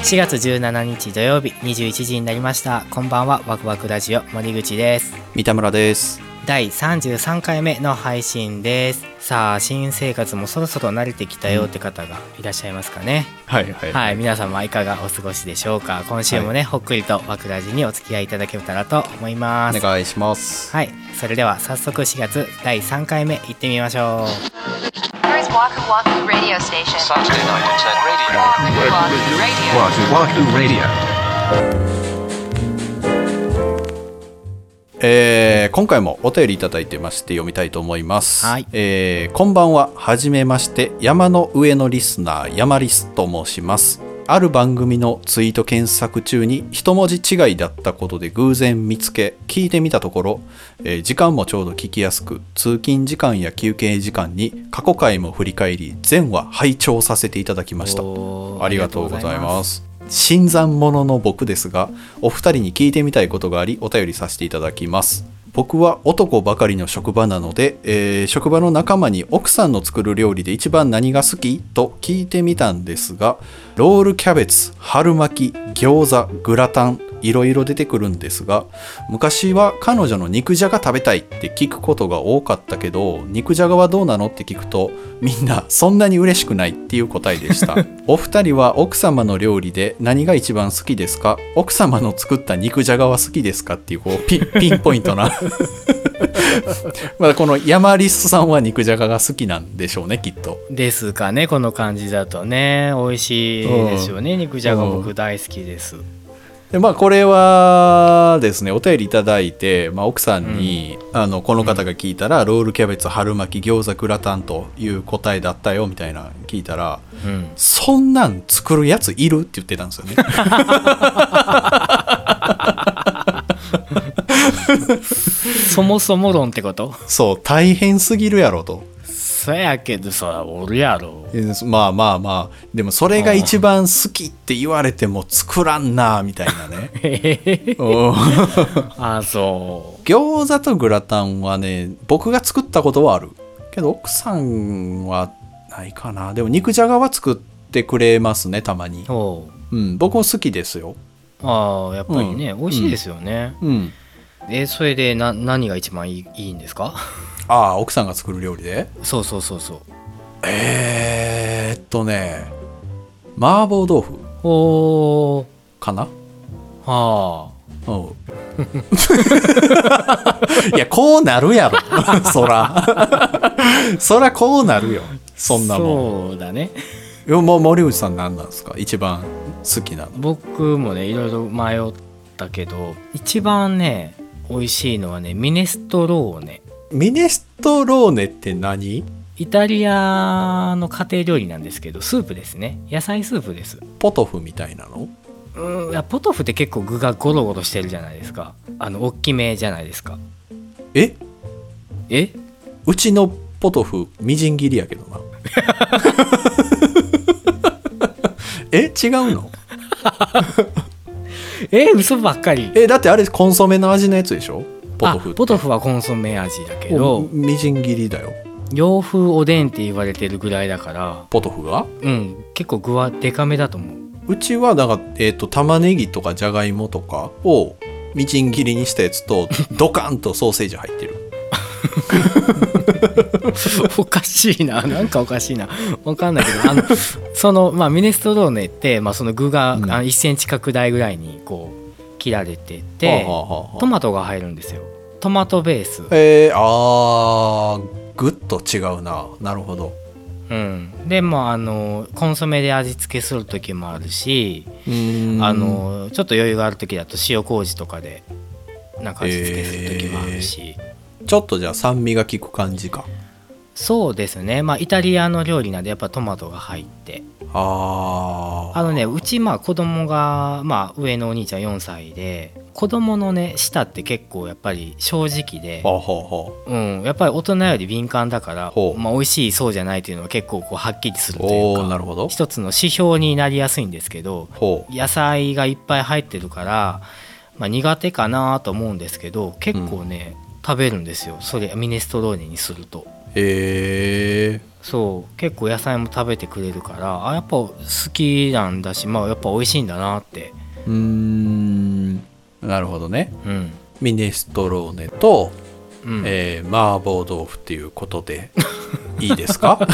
4月17日土曜日21時になりました。こんばんは。ワクワクラジオ森口です。 三田村です。 第33回目の配信です。さあ、新生活もそろそろ慣れてきたよって方がいらっしゃいますかね。 はいはい、 はい、皆様いかがお過ごしでしょうか。今週もね、ほっくりとワクラジにお付き合いいただけたらと思います。 お願いします。 はい、それでは早速4月第3回目いってみましょう。 Waku Waku Radio Station. Saturday night at radio. Waku Waku Radio. 今回もお便りいただいてまして読みたいと思います。 はい。 こんばんは。はじめまして。山の上のリスナー山リスと申します。ある番組のツイート検索中に一文字違いだったことで偶然見つけ聞いてみたところ、時間もちょうど聞きやすく、通勤時間や休憩時間に過去回も振り返り全話拝聴させていただきました。ありがとうございます。新参者の僕ですが、お二人に聞いてみたいことがありお便りさせていただきます。僕は男ばかりの職場なので、職場の仲間に奥さんの作る料理で一番何が好きと聞いてみたんですが、ロールキャベツ、春巻き、餃子、グラタン、いろいろ出てくるんですが、昔は彼女の肉じゃが食べたいって聞くことが多かったけど、肉じゃがはどうなのって聞くと、みんなそんなに嬉しくないっていう答えでした。お二人は奥様の料理で何が一番好きですか？奥様の作った肉じゃがは好きですかっていう、ピンポイントなまだこの山リスさんは肉じゃがが好きなんでしょうね、きっと。 ですかね。この感じだとね、美味しいですよね。肉じゃが僕大好きです。 でこれはですね、お便りいただいて、奥さんに、この方が聞いたら、ロールキャベツ、春巻き、餃子、グラタンという答えだったよみたいな聞いたら、そんなん作るやついるって言ってたんですよね。 そもそも論ってこと？ そう、大変すぎるやろと。 そやけどさ、おるやろ。 まあでもそれが一番好きって言われても作らんなみたいなね。 あ、そう。 餃子とグラタンはね、僕が作ったことはあるけど奥さんはないかな。でも肉じゃがは作ってくれますね、たまに。僕も好きですよ。 ああ、やっぱりね、美味しいですよね。それで何が一番いいんですか？ ああ、奥さんが作る料理で？そう。麻婆豆腐かな。はあ。いや、こうなるやろ。そらこうなるよ。そんなもん。 そうだね。 森口さん何なんですか、一番好きなの？ 僕もね、いろいろ迷ったけど、一番ね美味しいのはね、ミネストローネ。 ミネストローネって何？ イタリアの家庭料理なんですけど、スープですね。野菜スープです。 ポトフみたいなの？ いや、ポトフって結構具がゴロゴロしてるじゃないですか。大きめじゃないですか。 えうちのポトフみじん切りやけどな。違うの？ 嘘ばっかり。 だってあれコンソメの味のやつでしょ？ポトフはコンソメ味だけどみじん切りだよ。 洋風おでんって言われてるぐらいだから、 ポトフが結構具はデカめだと思う。 うちはだから、玉ねぎとかじゃがいもとかをみじん切りにしたやつとドカンとソーセージ入ってる。 おかしいな、なんかおかしいな、わかんないけど、ミネストローネって、その具が1センチ角大ぐらいにこう切られてて、トマトが入るんですよ。トマトベース。 ぐっと違うな。なるほど。 でもコンソメで味付けする時もあるし、ちょっと余裕がある時だと塩麹とかでなんか味付けする時もあるし、 ちょっとじゃあ酸味が効く感じか。 そうですね。イタリアの料理なんでやっぱトマトが入って、うち子供が、上のお兄ちゃん4歳で、子供のね舌って結構やっぱり正直で、やっぱり大人より敏感だから、美味しいそうじゃないというのは結構こうはっきりするというか、一つの指標になりやすいんですけど、野菜がいっぱい入ってるから、苦手かなと思うんですけど、結構ね、食べるんですよ。それミネストローネにすると。 そう結構野菜も食べてくれるからやっぱ好きなんだし、やっぱ美味しいんだなって。 なるほどね、ミネストローネと、麻婆豆腐っていうことでいいですか？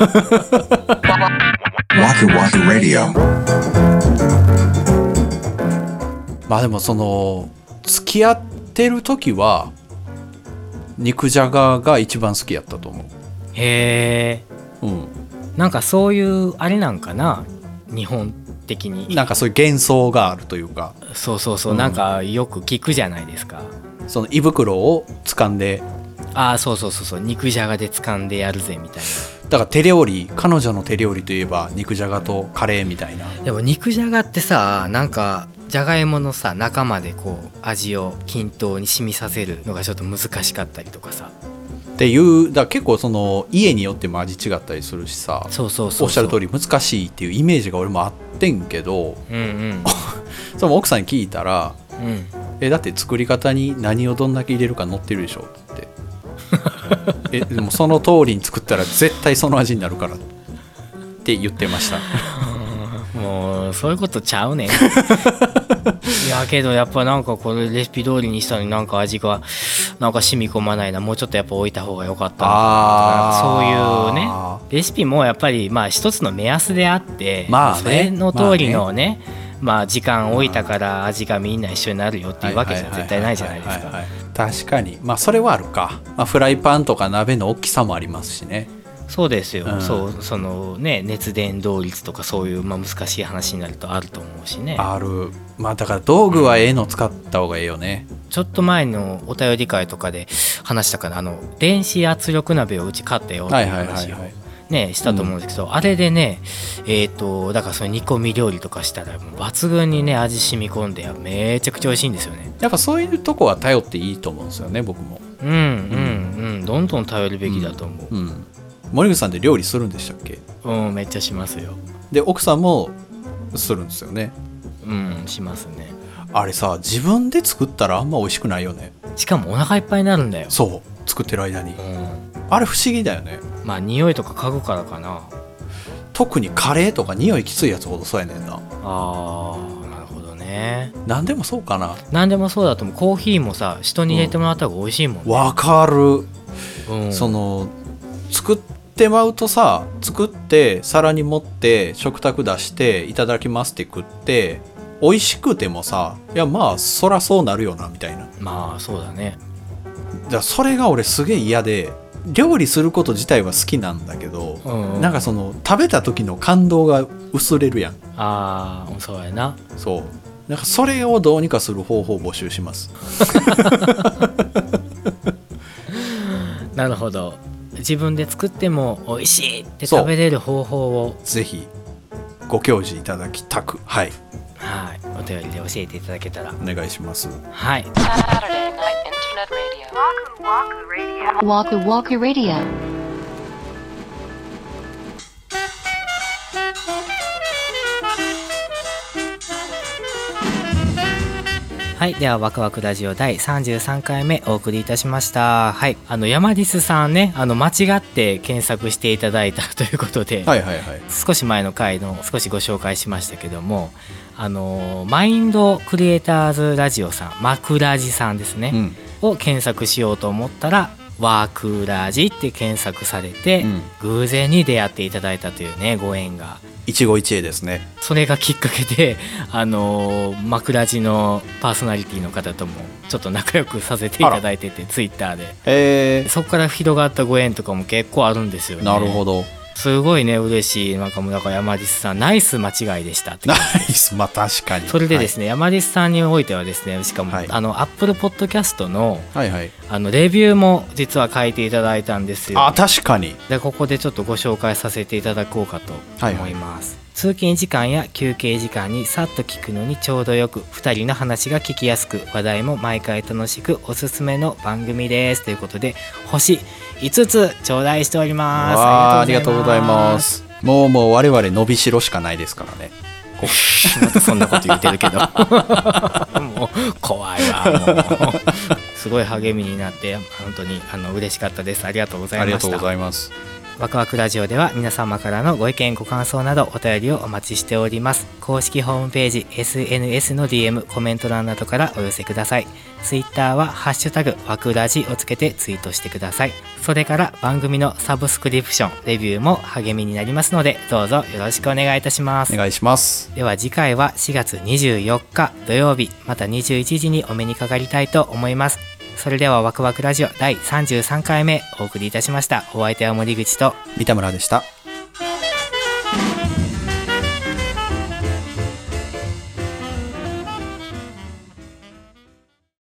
まあでもその付き合ってる時は肉じゃがが一番好きやったと思う。 へえ、なんかそういうあれなんかな、日本的になんかそういう幻想があるというか、 そう、なんかよく聞くじゃないですか、 その胃袋を掴んで、 そう肉じゃがで掴んでやるぜみたいな。 だから手料理、彼女の手料理といえば肉じゃがとカレーみたいな。 でも肉じゃがってさ、なんかじゃがいものさ中までこう味を均等に染みさせるのがちょっと難しかったりとかさっていう、だから結構その家によっても味違ったりするしさ、 そうおっしゃる通り難しいっていうイメージが俺もあってんけど、その奥さんに聞いたら、だって作り方に何をどんだけ入れるか載ってるでしょってでもその通りに作ったら絶対その味になるからって言ってましたもうそういうことちゃうねんいやけどやっぱなんかこれレシピ通りにしたのになんか味がなんか染み込まないな、もうちょっとやっぱ置いた方が良かったな、そういうねレシピもやっぱり一つの目安であって、それの通りのね、時間置いたから味がみんな一緒になるよっていうわけじゃ絶対ないじゃないですか。 確かにそれはあるか、フライパンとか鍋の大きさもありますしね。 そうですよ、そのね熱伝導率とかそういう、難しい話になるとあると思うしね。 ある。だから道具はの使った方がいいよね。 ちょっと前のお便り会とかで話したかな、電子圧力鍋をうち買ったよっていう話をねしたと思うんですけど、あれでねだからその煮込み料理とかしたらもう抜群にね味染み込んでめちゃくちゃ美味しいんですよね。 やっぱそういうとこは頼っていいと思うんですよね、僕も。 どんどん頼るべきだと思う。 森口さんって料理するんでしたっけ？ めっちゃしますよ。 で奥さんもするんですよね。 しますね。 あれさ、自分で作ったらあんま美味しくないよね。 しかもお腹いっぱいになるんだよ。 そう作ってる間に、あれ不思議だよね。 匂いとか嗅ぐからかな。 特にカレーとか匂いきついやつほどそうやねんな。 なるほどね。 何でもそうかな。 何でもそうだと思う。コーヒーもさ人に入れてもらった方が美味しいもんね。 わかる。その作ってまうとさ、作って皿に盛って食卓出していただきますって食って美味しくてもさ、いやそらそうなるよなみたいな。 そうだね。 じゃあそれが俺すげえ嫌で、料理すること自体は好きなんだけど、なんかその食べた時の感動が薄れるやん。 そうやな。 そうなんかそれをどうにかする方法を募集しますなるほど。自分で作っても美味しいって食べれる方法をぜひご教示いただきたく、 お便りで教えていただけたらお願いします。 はい。 Saturday Night Internet Radio. Waku Waku Radio. はい、ではワクワクラジオ第33回目お送りいたしました。はい、山リスさんね、間違って検索していただいたということで、少し前の回の少しご紹介しましたけども、マインドクリエイターズラジオさん、マクラジさんですね、を検索しようと思ったらワークラジって検索されて、偶然に出会っていただいたというね、ご縁が一期一会ですね。 それがきっかけでマクラジのパーソナリティの方ともちょっと仲良くさせていただいてて、ツイッターで、そこから広がったご縁とかも結構あるんですよね。 なるほど。 すごいね、嬉しい。なんかもうだから山リスさんナイス間違いでしたって。 ナイス、確かに。 それでですね、山リスさんにおいてはですね、しかも、Apple Podcast の、レビューも実は書いていただいたんですよ。 確かに。 でここでちょっとご紹介させていただこうかと思います。通勤時間や休憩時間にさっと聞くのにちょうどよく、2人の話が聞きやすく、話題も毎回楽しく、おすすめの番組ですということで、星5つ頂戴しております。 ありがとうございます。もう我々伸びしろしかないですからね。 またそんなこと言ってるけどもう怖いわ。もうすごい励みになって本当に嬉しかったです。ありがとうございました。 ありがとうございます。 ワクワクラジオでは皆様からのご意見ご感想などお便りをお待ちしております。公式ホームページ SNS の DM コメント欄などからお寄せください。ツイッターはハッシュタグワクラジをつけてツイートしてください。それから番組のサブスクリプションレビューも励みになりますのでどうぞよろしくお願いいたします。 お願いします。 では次回は4月24日土曜日また21時にお目にかかりたいと思います。それではワクワクラジオ第33回目お送りいたしました。お相手は森口と三田村でした。